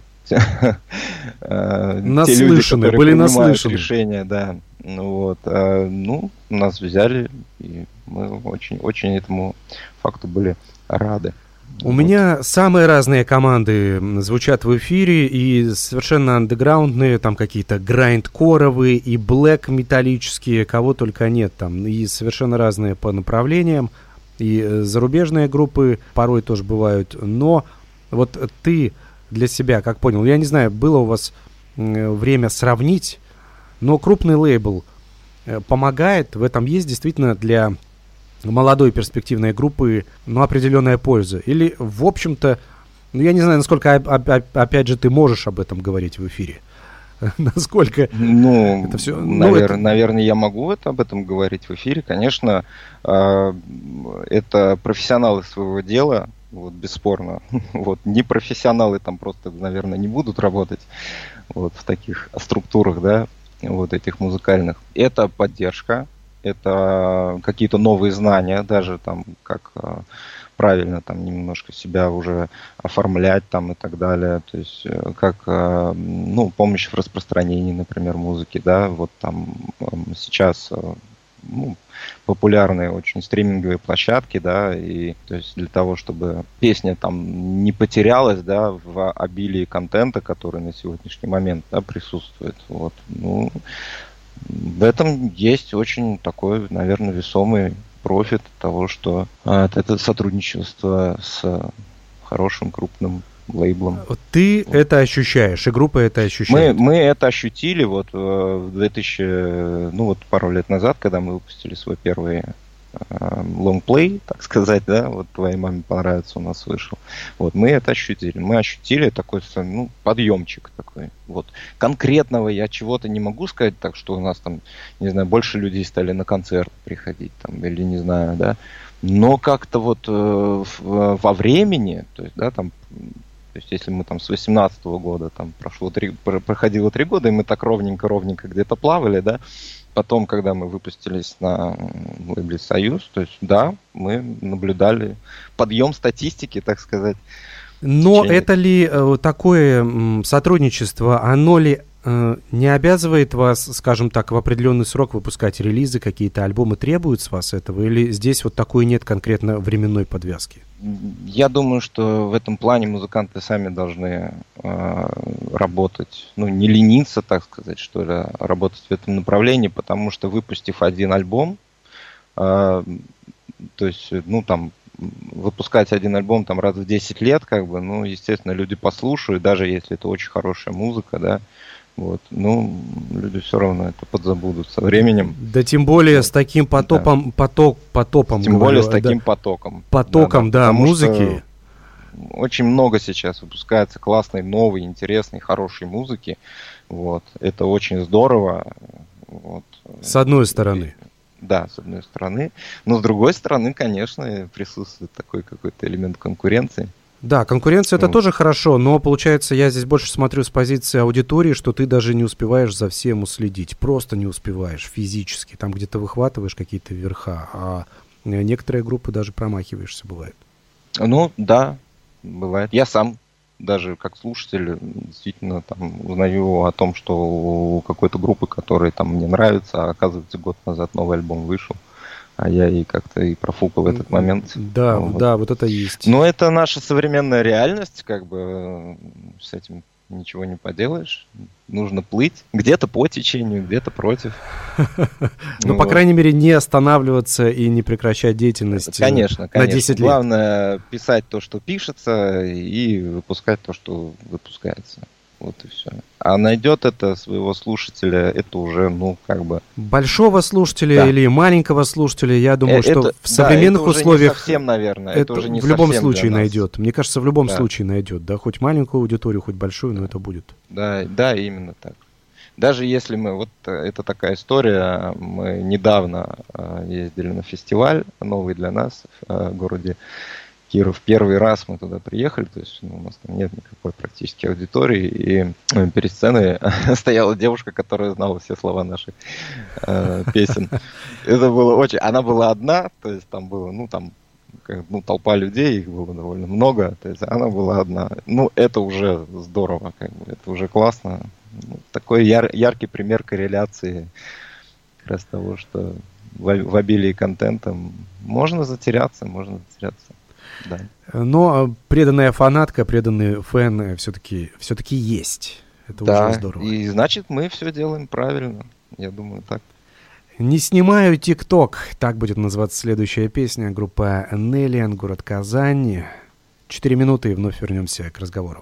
Наслышаны, были наслышаны. Решения, да. Ну, вот, а, ну, нас взяли, и мы очень, очень этому факту были рады. У вот. Меня самые разные команды звучат в эфире, и совершенно андеграундные, там какие-то грайндкоровые и блэк металлические, кого только нет там, и совершенно разные по направлениям, и зарубежные группы порой тоже бывают, но вот ты для себя, как понял, я не знаю, было у вас время сравнить, но крупный лейбл помогает, в этом есть действительно для молодой перспективной группы, ну, определенная польза. Или, в общем-то, ну, я не знаю, насколько, опять же, ты можешь об этом говорить в эфире. Насколько ну, это все... Навер... Ну, это... Наверное, я могу это, об этом говорить в эфире. Конечно, э, это профессионалы своего дела, вот, бесспорно. Вот, непрофессионалы там просто, наверное, не будут работать вот, в таких структурах, да, вот этих музыкальных. Это поддержка, это какие-то новые знания, даже там, как э, правильно там немножко себя уже оформлять там и так далее. То есть, э, как, э, ну, помощь в распространении, например, музыки, да, вот там э, сейчас э, ну, популярные очень стриминговые площадки, да, и то есть для того, чтобы песня там не потерялась, да, в обилии контента, который на сегодняшний момент, да, присутствует, вот, ну, в этом есть очень такой, наверное, весомый профит того, что а, это сотрудничество с хорошим крупным лейблом. Ты вот. Это ощущаешь, и группа это ощущает? Мы, мы это ощутили вот в двухтысячном, ну вот пару лет назад, когда мы выпустили свой первый лонгплей, так сказать, да, вот твоей маме понравится, у нас вышел. Вот, мы это ощутили. Мы ощутили такой, ну, подъемчик такой. Вот. Конкретного я чего-то не могу сказать, так что у нас там, не знаю, больше людей стали на концерт приходить, там, или не знаю, да. Но как-то вот э, во времени, то есть, да, там, то есть, если мы там с восемнадцатого года, там, прошло три, проходило три года, и мы так ровненько-ровненько где-то плавали, да, потом, когда мы выпустились на лейбле «Союз», то есть, да, мы наблюдали подъем статистики, так сказать. Но это ли э, такое м, сотрудничество, оно ли э, не обязывает вас, скажем так, в определенный срок выпускать релизы, какие-то альбомы требуют с вас этого, или здесь вот такой нет конкретно временной подвязки? Я думаю, что в этом плане музыканты сами должны э, работать, ну, не лениться, так сказать, что ли, а работать в этом направлении, потому что, выпустив один альбом, э, то есть, ну, там, выпускать один альбом там раз в десять лет, как бы, ну, естественно, люди послушают, даже если это очень хорошая музыка, да, вот, ну, люди все равно это подзабудут со временем. Да, тем более с таким потопом, да. поток, потопом. Тем говорю, более с таким да. потоком. Потоком, да, да, да музыки. Очень много сейчас выпускается классной, новой, интересной, хорошей музыки, вот, это очень здорово. Вот. С одной стороны. Да, с одной стороны. Но с другой стороны, конечно, присутствует такой какой-то элемент конкуренции. Да, конкуренция это тоже хорошо, но получается, я здесь больше смотрю с позиции аудитории, что ты даже не успеваешь за всем уследить, просто не успеваешь физически, там где-то выхватываешь какие-то верха, а некоторые группы даже промахиваешься, бывает. Ну, да, бывает. Я сам даже как слушатель действительно там узнаю о том, что у какой-то группы, которая там мне нравится, а оказывается год назад новый альбом вышел. А я и как-то и профукал в этот момент. Да, вот. да, вот это есть. Но это наша современная реальность, как бы с этим ничего не поделаешь. Нужно плыть. Где-то по течению, где-то против. Ну, по крайней мере, не останавливаться и не прекращать деятельность. Конечно, конечно. На десять лет. Главное писать то, что пишется, и выпускать то, что выпускается. Вот и все. А найдет это своего слушателя, это уже, ну, как бы... Большого слушателя да. или маленького слушателя, я думаю, это, что в да, современных это уже условиях... Не совсем, наверное. Это, это уже не в любом совсем случае для нас. найдет. Мне кажется, в любом да. случае найдет, да, хоть маленькую аудиторию, хоть большую, но это будет. Да, да, именно так. Даже если мы, вот это такая история, мы недавно ездили на фестиваль, новый для нас, в городе Киров. Первый раз мы туда приехали, то есть ну, у нас там нет никакой практически аудитории, и перед сценой стояла девушка, которая знала все слова наших э, песен. Это было очень... Она была одна, то есть там было, ну, там, как, ну, толпа людей, их было довольно много, то есть она была одна. Ну, это уже здорово, как бы, это уже классно. Ну, такой яр, яркий пример корреляции как раз того, что в, в обилии контента можно затеряться, можно затеряться. Да. Но преданная фанатка, преданный фэн все-таки все-таки есть. Это да, уже здорово. И значит, мы все делаем правильно. Я думаю, так. Не снимаю ТикТок. Так будет называться следующая песня. Группа Неллиан, город Казань. Четыре минуты и вновь вернемся к разговору.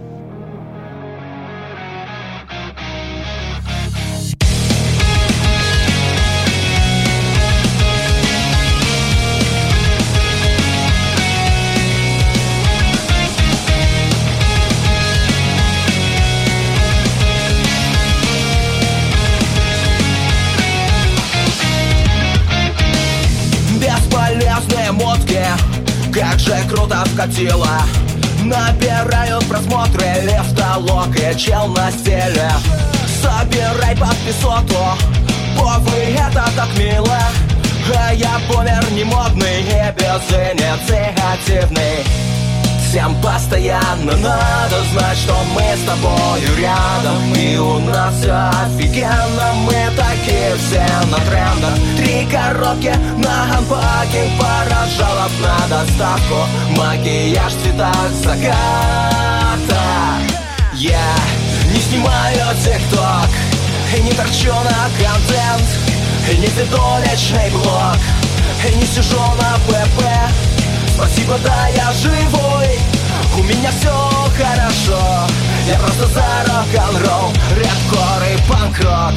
Бесполезные мотки, как же круто вкатило. Набирают просмотры, лифтолог и чел на стиле. Собирай подписоту, повы, это так мило. А я бумер не модный и безинициативный. Всем постоянно надо знать, что мы с тобою рядом. И у нас все офигенно, мы такие все на трендах. Три коробки на анпакинг, пара жалоб на доставку. Макияж в цветах заката. Я не снимаю тикток и не торчу на контент, и не веду личный блог, и не сижу на ПП. Спасибо, да, я живой, у меня все хорошо. Я просто за рок-н-ролл, рэп-кор и панк-рок.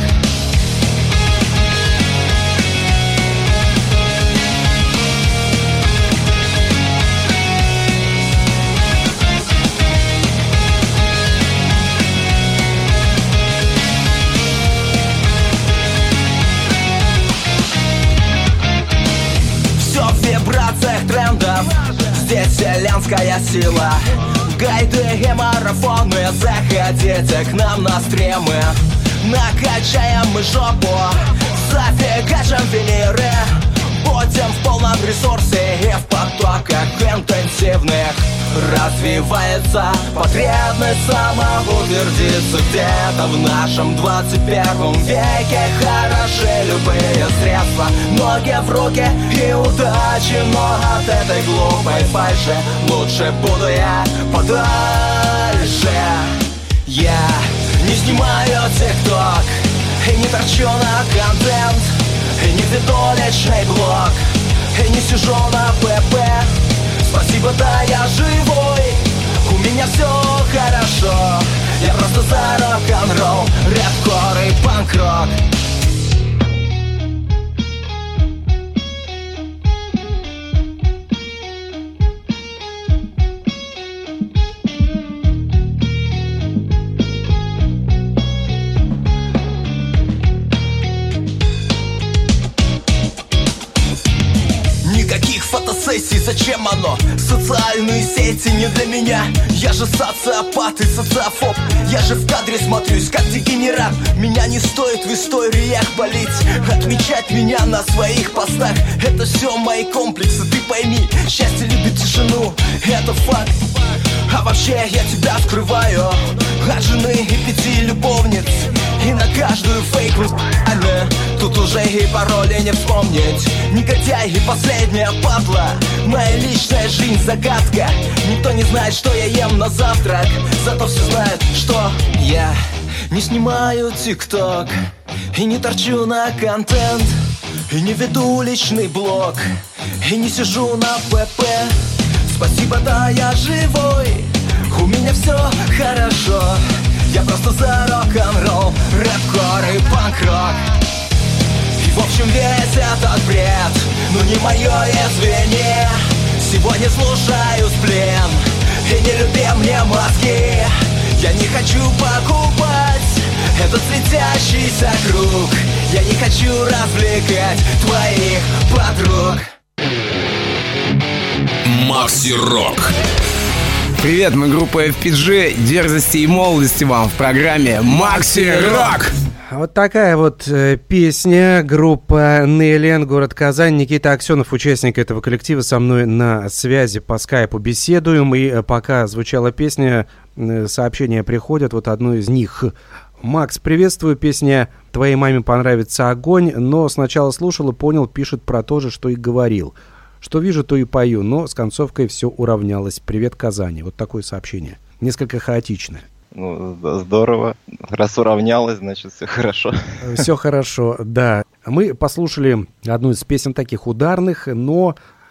Все в вибрациях трендов, здесь вселенская сила. Гайды и марафоны, заходите к нам на стримы. Накачаем мы жопу, зафигачим виниры. Будем в полном ресурсе и в потоках интенсивных. Развивается потребность самоутвердиться где-то в нашем двадцать первом веке. Хороши любые средства, ноги в руки и удачи. Но от этой глупой фальши лучше буду я подальше. Я не снимаю тикток и не торчу на контент, и не веду личный блог, и не сижу на ПП. Спасибо, да, я живой, у меня все хорошо. Я просто за рок-н-ролл, рэп-кор и панк-рок. Фотосессии, зачем оно? Социальные сети не для меня. Я же социопат и социофоб. Я же в кадре смотрюсь как дегенерат. Меня не стоит в историях болеть, отмечать меня на своих постах. Это все мои комплексы, ты пойми. Счастье любит тишину, это факт. А вообще я тебя скрываю от жены и пяти любовниц. И на каждую фейк реально. Тут уже и пароли не вспомнить. Негодяй и последняя падла. Моя личная жизнь загадка. Никто не знает, что я ем на завтрак. Зато все знают, что я не снимаю тикток и не торчу на контент, и не веду личный блог, и не сижу на ПП. Спасибо, да, я живой, у меня все хорошо. общем, весь этот бред, ну не мое, извини. Сегодня слушаю сплин, и не люби мне мозги. Я не хочу покупать этот светящийся круг. Я не хочу развлекать твоих подруг. Макси Рок. Привет, мы группа эф пи джи. Дерзости и молодости вам в программе Макси Рок. Вот такая вот э, песня, группа Неллен, город Казань. Никита Аксенов, участник этого коллектива, со мной на связи по скайпу беседуем. И э, пока звучала песня, э, сообщения приходят, вот одно из них. Макс, приветствую, песня «Твоей маме понравится огонь», но сначала слушал и понял, пишет про то же, что и говорил. Что вижу, то и пою, но с концовкой все уравнялось. Привет, Казани. Вот такое сообщение. Несколько хаотичное. Ну, здорово. Раз уравнялось, значит, все хорошо. Все хорошо, да. Мы послушали одну из песен таких ударных, но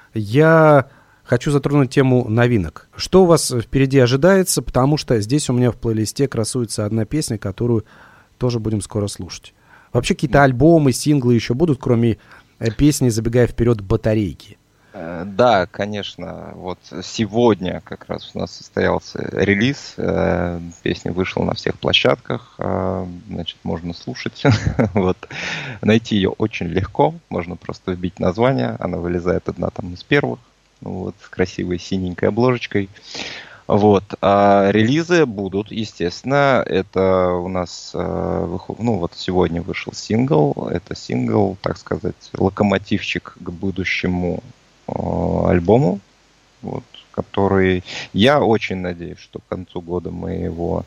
я хочу затронуть тему новинок. Что у вас впереди ожидается, потому что здесь у меня в плейлисте красуется одна песня, которую тоже будем скоро слушать. Вообще какие-то альбомы, синглы еще будут, кроме песни «Забегая вперед» «Батарейки»? Да, конечно. Вот сегодня как раз у нас состоялся релиз. Песня вышла на всех площадках. Значит, можно слушать. Вот. Найти ее очень легко. Можно просто вбить название. Она вылезает одна там из первых. Вот, с красивой синенькой обложечкой. Вот. А релизы будут, естественно. Это у нас, ну вот сегодня вышел сингл. Это сингл, так сказать, локомотивчик к будущему альбому, вот, который я очень надеюсь, что к концу года мы его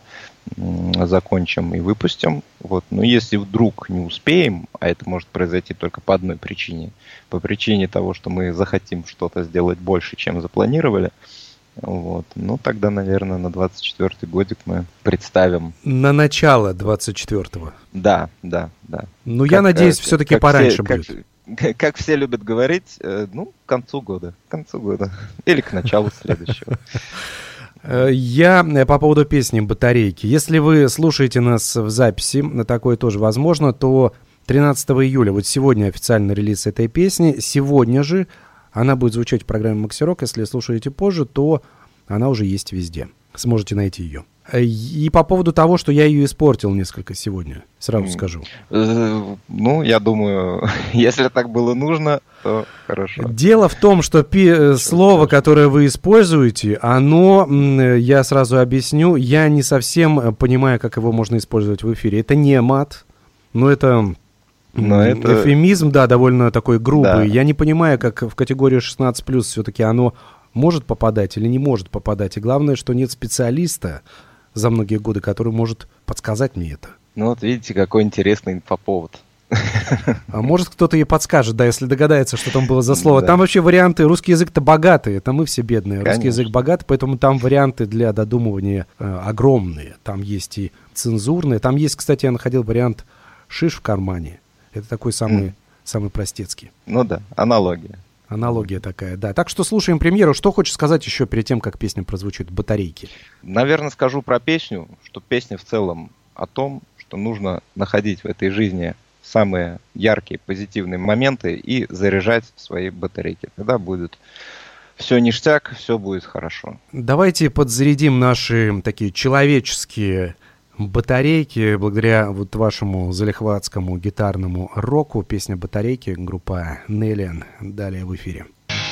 закончим и выпустим. Вот. Но если вдруг не успеем, а это может произойти только по одной причине, по причине того, что мы захотим что-то сделать больше, чем запланировали, вот, ну тогда, наверное, на двадцать четвёртый годик мы представим. На начало двадцать четвёртого. Да, да, да. Ну, я надеюсь, как, все-таки как пораньше все, будет. Как, как все любят говорить, ну, к концу года, к концу года. Или к началу следующего. Я по поводу песни «Батарейки». Если вы слушаете нас в записи, такое тоже возможно, то тринадцатого июля, вот сегодня официальный релиз этой песни, сегодня же она будет звучать в программе «Макси Рок». Если слушаете позже, то она уже есть везде. Сможете найти ее. И по поводу того, что я ее испортил несколько сегодня, сразу скажу. Ну, я думаю, если так было нужно, то хорошо. Дело в том, что пи- слово, которое вы используете, оно, я сразу объясню, я не совсем понимаю, как его можно использовать в эфире. Это не мат, но это... Но это... эфемизм, да, довольно такой грубый. Да. Я не понимаю, как в категорию шестнадцать плюс все-таки оно может попадать или не может попадать. И главное, что нет специалиста за многие годы, который может подсказать мне это. Ну вот видите, какой интересный инфоповод. А может кто-то ей подскажет, да, если догадается, что там было за слово. Да. Там вообще варианты, русский язык-то богатый, это мы все бедные. Конечно. Русский язык богатый, поэтому там варианты для додумывания э, огромные. Там есть и цензурные. Там есть, кстати, я находил вариант «шиш в кармане». Это такой самый, mm. самый простецкий. Ну да, аналогия. Аналогия такая, да. Так что слушаем премьеру. Что хочешь сказать еще перед тем, как песня прозвучит «Батарейки»? Наверное, скажу про песню, что песня в целом о том, что нужно находить в этой жизни самые яркие, позитивные моменты и заряжать свои батарейки. Тогда будет все ништяк, все будет хорошо. Давайте подзарядим наши такие человеческие батарейки благодаря вот вашему залихватскому гитарному року. Песня «Батарейки», группа Неллен. Далее в эфире.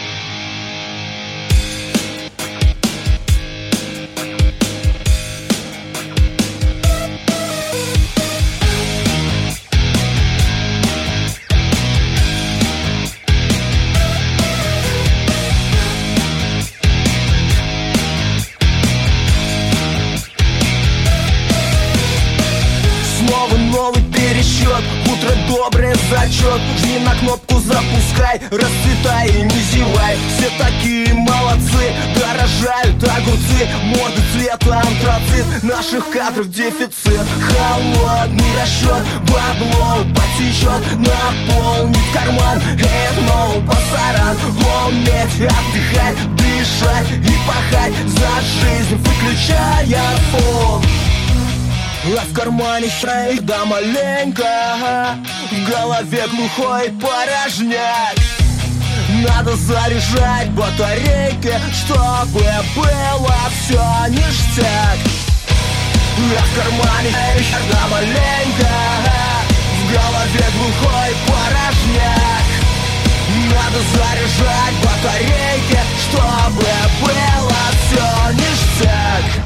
Утро добрый зачет, жми на кнопку, запускай, расцветай и не зевай. Все такие молодцы, дорожают огурцы, морды цвета антрацит, наших кадров дефицит. Холодный расчет, бабло потечет, наполнить карман, этно пасаран. Уметь отдыхать, дышать и пахать за жизнь, выключая фон. А в кармане шесть, да маленько, в голове глухой порожняк. Надо заряжать батарейки, чтобы было все ништяк. А в кармане шесть, да маленько, в голове глухой порожняк. Надо заряжать батарейки, чтобы было все ништяк.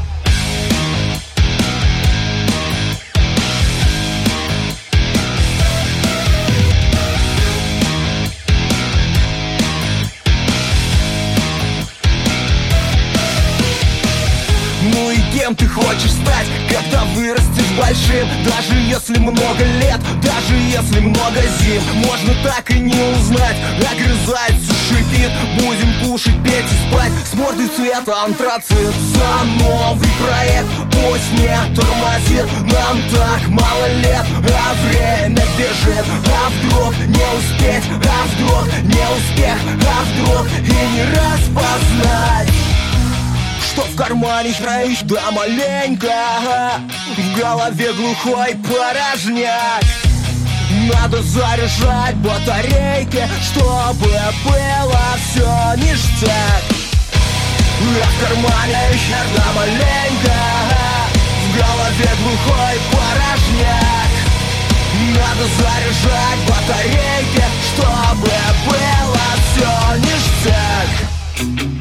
Ну и кем ты хочешь стать, когда вырастешь большим? Даже если много лет, даже если много зим, можно так и не узнать. Огрызается, шипит, будем кушать, петь и спать. С мордой цвета антрацит за новый проект. Пусть не тормозит, нам так мало лет, а время бежит. А вдруг не успеть, а вдруг не успех, а вдруг и не распознать, что в кармане шесть, да маленько, в голове глухой порожняк. Надо заряжать батарейки, чтобы было все ништяк. А в кармане шесть, да маленько, в голове глухой порожняк. Надо заряжать батарейки, чтобы было все ништяк.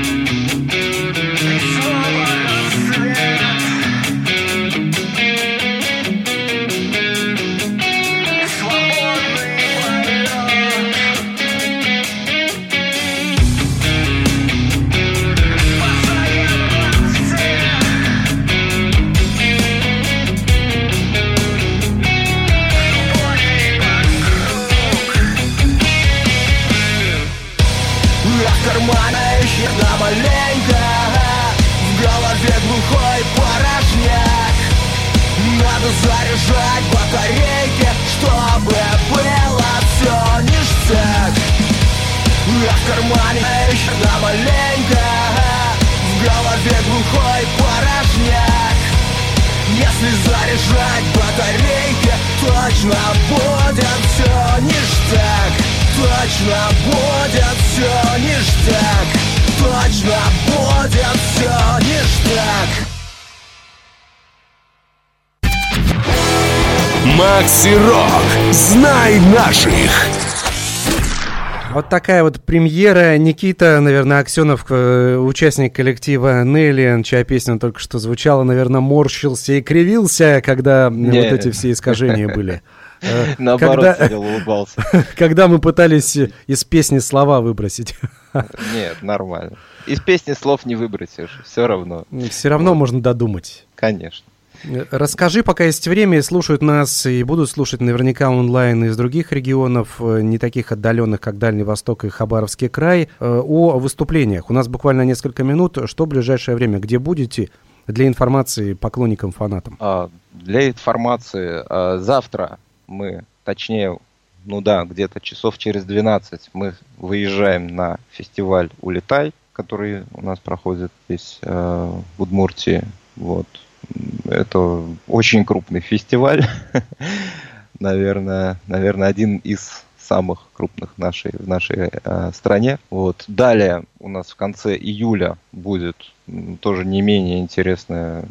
Да маленько, в голове глухой порожняк. Надо заряжать батарейки, чтобы было все ништяк. А в кармане да маленько, в голове глухой порожняк. Если заряжать батарейки, точно будет все ништяк. Точно будет все ништяк. Точно будет все ништяк. Макси Рок. Знай наших. Вот такая вот премьера. Никита, наверное, Аксенов, участник коллектива Нелли, чья песня только что звучала, наверное, морщился и кривился, когда не. вот эти все искажения были. Наоборот, сидел, улыбался. Когда мы пытались из песни слова выбросить. Нет, нормально. Из песни слов не выбросишь, все равно. Все равно можно додумать. Конечно. Расскажи, пока есть время, слушают нас и будут слушать наверняка онлайн из других регионов, не таких отдаленных, как Дальний Восток и Хабаровский край, о выступлениях. У нас буквально несколько минут. Что в ближайшее время? Где будете? Для информации поклонникам, фанатам. А, для информации. А, завтра мы, точнее, ну да, где-то часов через двенадцать мы выезжаем на фестиваль «Улетай», который у нас проходит здесь э, в Удмуртии. Вот. Это очень крупный фестиваль, наверное, наверное, один из самых крупных нашей, в нашей э, стране. Вот. Далее у нас в конце июля будет тоже не менее интересное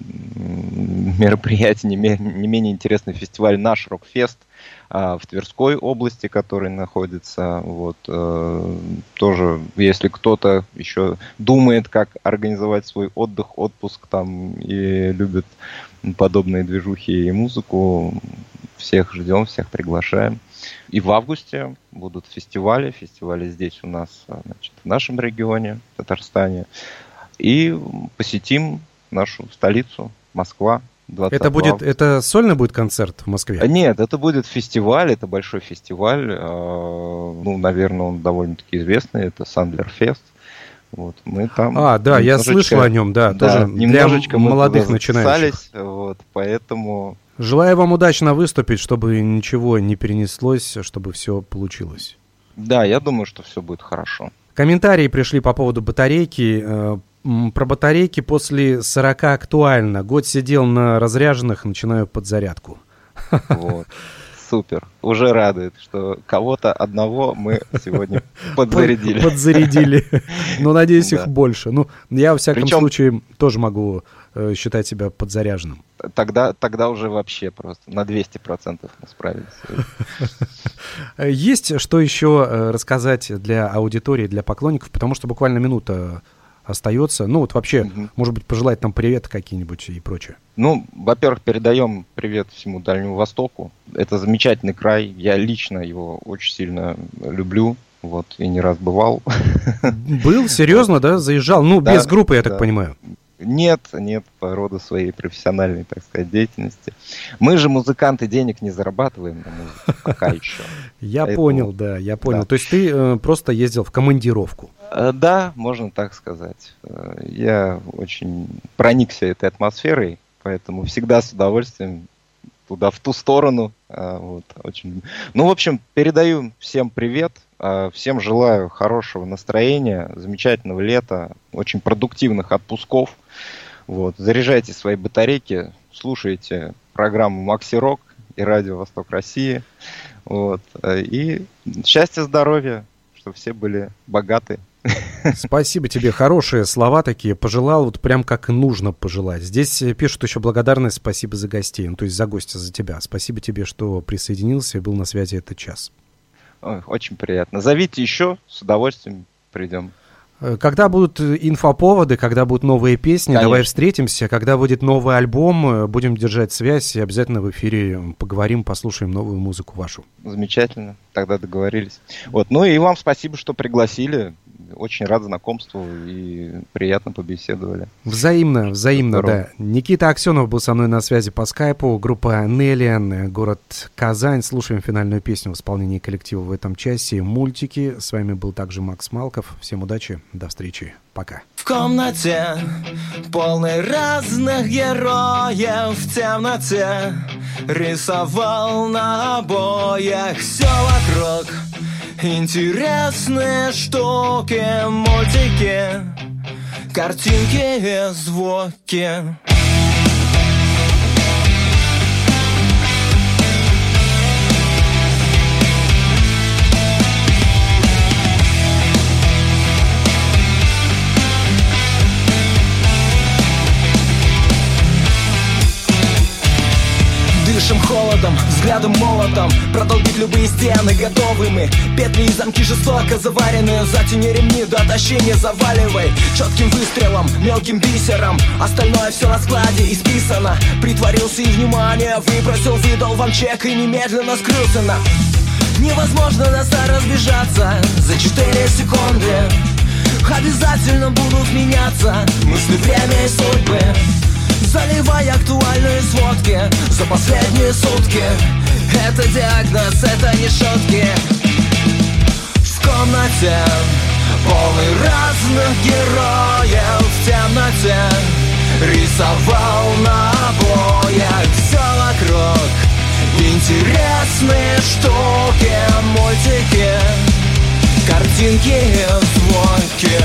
мероприятие, не, ме, не менее интересный фестиваль «Наш Рок-фест» э, в Тверской области, который находится. Вот, э, тоже, если кто-то еще думает, как организовать свой отдых, отпуск там и любит подобные движухи и музыку, всех ждем, всех приглашаем. И в августе будут фестивали. Фестивали здесь у нас, значит, в нашем регионе, в Татарстане. И посетим нашу столицу, Москва. Это будет, это сольный будет концерт в Москве? Нет, это будет фестиваль, это большой фестиваль. Ну, наверное, он довольно-таки известный. Это Сандлер-фест. Вот, мы там а, да, я слышал о нем, да, да тоже немножечко для молодых начинающих. Вот, поэтому... Желаю вам удачно выступить, чтобы ничего не перенеслось, чтобы все получилось. Да, я думаю, что все будет хорошо. Комментарии пришли по поводу батарейки. м, про батарейки после сорока актуально. Год сидел на разряженных, начинаю подзарядку. Вот. Супер. Уже радует, что кого-то одного мы сегодня подзарядили. Подзарядили. Но, надеюсь, их Да. больше. Ну, я, во всяком Причем- случае, тоже могу э, считать себя подзаряженным. Тогда, тогда уже вообще просто на двести процентов мы справились. Э, Есть что еще э, рассказать для аудитории, для поклонников, потому что буквально минута остается. Ну, вот вообще, Мгм. может быть, пожелать там привет какие-нибудь и прочее. Ну, во-первых, передаем привет всему Дальнему Востоку. Это замечательный край. Я лично его очень сильно люблю. Вот, и не раз бывал. Был, серьезно, да, заезжал? Ну, Да, без группы, я так да. понимаю. Нет, нет, по роду своей профессиональной, так сказать, деятельности. Мы же, музыканты, денег не зарабатываем на музыке пока еще. Я Поэтому- понял, да, я понял. Да. То есть ты э, просто ездил в командировку. Э, Да, можно так сказать. Э, Я очень проникся этой атмосферой, поэтому всегда с удовольствием туда, в ту сторону. А, Вот, очень... Ну, в общем, передаю всем привет, а, всем желаю хорошего настроения, замечательного лета, очень продуктивных отпусков. Вот, заряжайте свои батарейки, слушайте программу Макси Рок и Радио Восток России. Вот, э, и счастья, здоровья, чтобы все были богаты. Спасибо тебе, хорошие слова такие. Пожелал вот прям как нужно пожелать. Здесь э, пишут еще благодарность, спасибо за гостей, ну, то есть за гостя, за тебя. Спасибо тебе, что присоединился и был на связи этот час. Ой, очень приятно. Зовите еще, с удовольствием придем. Э, Когда будут э, инфоповоды, когда будут новые песни, Конечно. давай встретимся. Когда будет новый альбом, э, будем держать связь и обязательно в эфире э, поговорим, послушаем новую музыку вашу. Замечательно, тогда договорились. Вот, ну и вам спасибо, что пригласили. Очень рад знакомству и приятно побеседовали. Взаимно, взаимно, Здорово. да. Никита Аксенов был со мной на связи по скайпу. Группа Неллиан, город Казань. Слушаем финальную песню в исполнении коллектива в этом часе. Мультики. С вами был также Макс Малков. Всем удачи, до встречи. Пока. В комнате, полной разных героев, в темноте рисовал на обоях все вокруг. Интересные штуки, мультики, картинки и звуки. Дышим холодом, взглядом молотом, продолбить любые стены готовы мы. Петли и замки жестоко заваренные, затяни ремни, дотащи, не заваливай. Четким выстрелом, мелким бисером, остальное все на складе исписано. Притворился и внимание выбросил, выдал вам чек и немедленно скрылся на. Невозможно до ста разбежаться за четыре секунды. Обязательно будут меняться мысли, время и судьбы. Заливай актуальные сводки за последние сутки. Это диагноз, это не шутки. В комнате полный разных героев, в темноте рисовал на обоях все вокруг. Интересные штуки, мультики, картинки и звуки.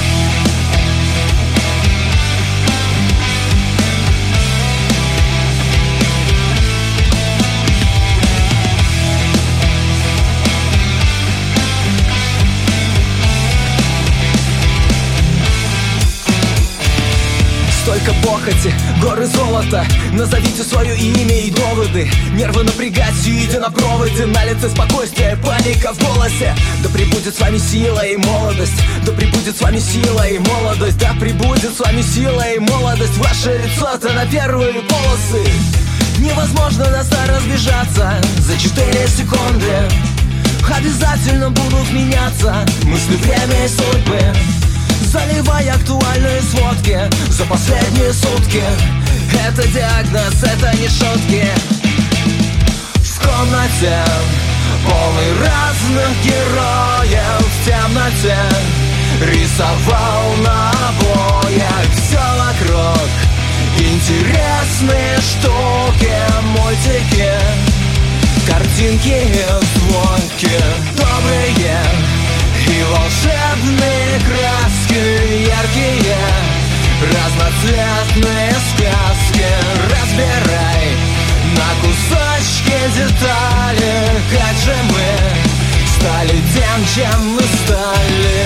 Столько похоти, горы золота. Назовите свое имя и доводы. Нервы напрягать, сидя на проводе. На лице спокойствие, паника в голосе. Да пребудет с вами сила и молодость. Да пребудет с вами сила и молодость. Да пребудет с вами сила и молодость. Ваше лицо-то на первые полосы. Невозможно до ста разбежаться за четыре секунды. Обязательно будут меняться мысли, время и судьбы. Заливай актуальные сводки за последние сутки. Это диагноз, это не шутки. В комнате полный разных героев, в темноте рисовал на обоях все вокруг. Интересные штуки, мультики, картинки и звуки. Добрые и волшебные краски яркие. стены стали.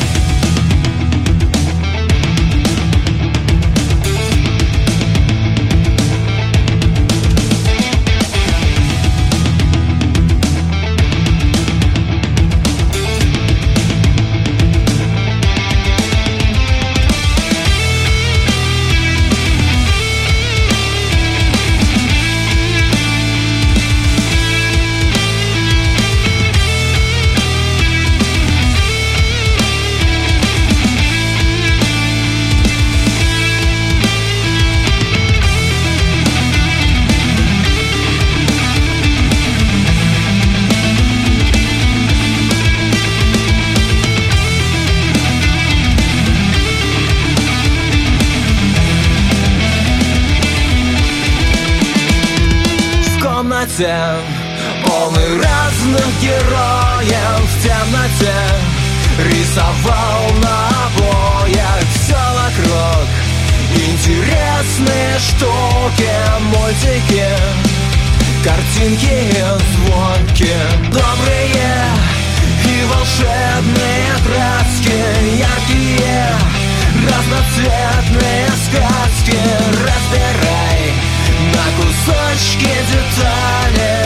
Полный разных героев в темноте рисовал на обоях все вокруг. Интересные штуки, мультики, картинки и звуки. Добрые и волшебные краски, яркие разноцветные сказки. Разбирай на кусочки детали